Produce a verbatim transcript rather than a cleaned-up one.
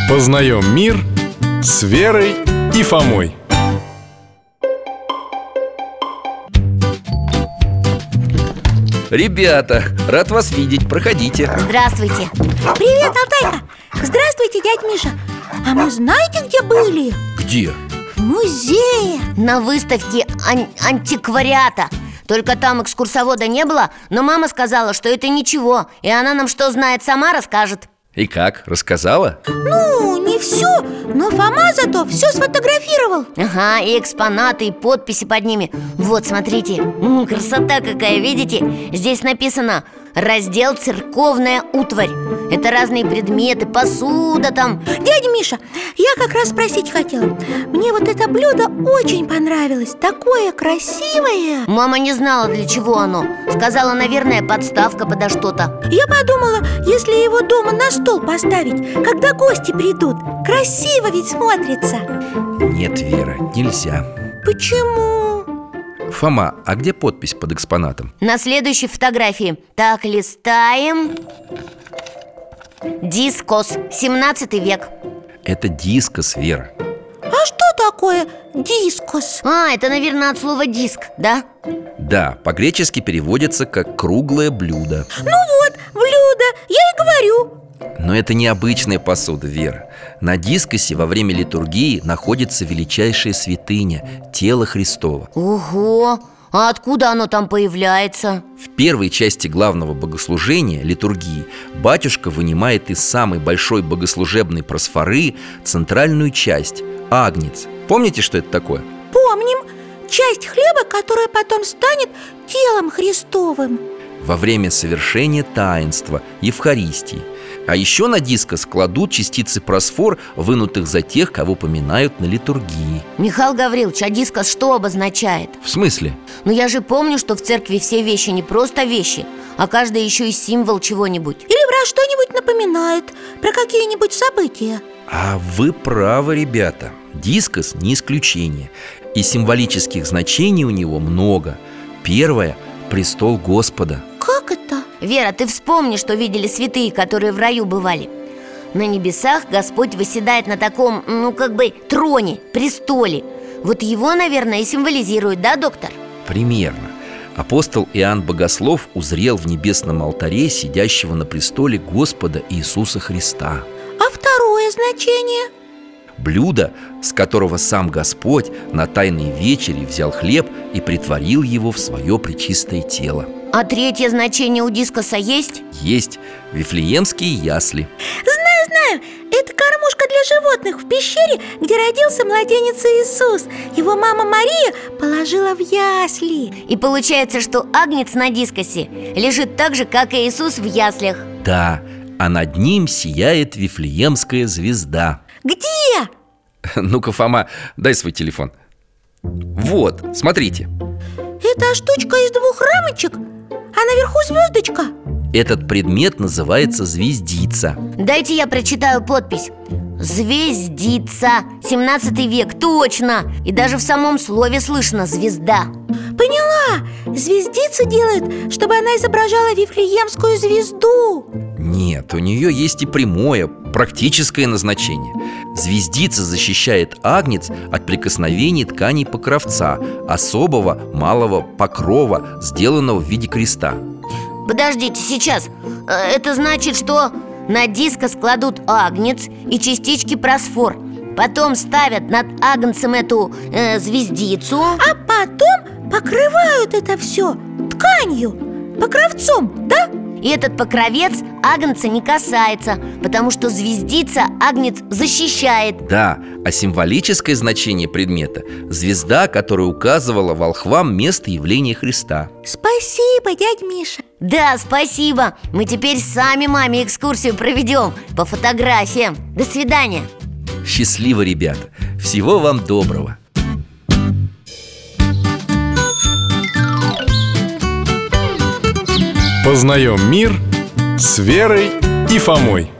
Познаем мир с Верой и Фомой. Ребята, рад вас видеть, проходите. Здравствуйте. Привет, Алтайка. Здравствуйте, дядь Миша. А мы знаете, где были? Где? В музее. На выставке ан- антиквариата. Только там экскурсовода не было, но мама сказала, что это ничего, и она нам что знает, сама расскажет. И как, рассказала? Ну, не все, но Фома зато все сфотографировал. Ага, и экспонаты, и подписи под ними. Вот, смотрите, М, красота какая, видите? Здесь написано «Раздел церковная утварь». Это разные предметы, посуда там. Дядя Миша, я как раз спросить хотела. Мне вот это блюдо очень понравилось. Такое красивое. Мама не знала, для чего оно. Сказала, наверное, подставка подо что-то. Я подумала, если его дома на стол поставить, когда гости придут, красиво ведь смотрится. Нет, Вера, нельзя. Почему? Фома, а где подпись под экспонатом? На следующей фотографии. Так, листаем. Дискос, семнадцатый век. Это дискос, Вера. А что такое дискос? А, это, наверное, от слова диск, да? Да, по-гречески переводится как «круглое блюдо». Ну вот, блюдо, я и говорю. Но это не обычная посуда, Вера. На дискосе во время литургии находится величайшая святыня – тело Христово. Ого! А откуда оно там появляется? В первой части главного богослужения, литургии, батюшка вынимает из самой большой богослужебной просфоры центральную часть – агнец. Помните, что это такое? Помним, часть хлеба, которая потом станет телом Христовым. Во время совершения таинства, Евхаристии. А еще на дискос кладут частицы просфор, вынутых за тех, кого поминают на литургии. Михаил Гаврилович, а дискос что обозначает? В смысле? Ну я же помню, что в церкви все вещи не просто вещи, а каждый еще и символ чего-нибудь. Или про что-нибудь напоминает, про какие-нибудь события. А вы правы, ребята. Дискос не исключение. И символических значений у него много. Первое – престол Господа. Как это? Вера, ты вспомни, что видели святые, которые в раю бывали. На небесах Господь восседает на таком, ну как бы, троне, престоле. Вот его, наверное, и символизирует, да, доктор? Примерно. Апостол Иоанн Богослов узрел в небесном алтаре сидящего на престоле Господа Иисуса Христа. А второе значение? Блюдо, с которого сам Господь на тайной вечере взял хлеб и притворил его в свое пречистое тело. А третье значение у дискоса есть? Есть вифлеемские ясли. Знаю, знаю, это кормушка для животных в пещере, где родился младенец Иисус. Его мама Мария положила в ясли. И получается, что агнец на дискосе лежит так же, как и Иисус в яслях. Да, а над ним сияет вифлеемская звезда. Где? Ну-ка, Фома, дай свой телефон. Вот, смотрите. Это штучка из двух рамочек, а наверху звездочка. Этот предмет называется звездица. Дайте я прочитаю подпись. Звездица, семнадцатый век, точно. И даже в самом слове слышно «звезда». Поняла, звездицу делают, чтобы она изображала вифлеемскую звезду. Нет, у нее есть и прямое, практическое назначение. Звездица защищает агнец от прикосновений тканей покровца, особого малого покрова, сделанного в виде креста. Подождите, сейчас. Э, Это значит, что на дискос кладут агнец и частички просфор. Потом ставят над агнцем эту э, звездицу. А потом покрывают это все тканью, покровцом, да? И этот покровец агнца не касается, потому что звездица агнец защищает. Да, а символическое значение предмета – звезда, которая указывала волхвам место явления Христа. Спасибо, дядь Миша. Да, спасибо. Мы теперь сами маме экскурсию проведем по фотографиям. До свидания. Счастливо, ребята! Всего вам доброго! Познаем мир с Верой и Фомой.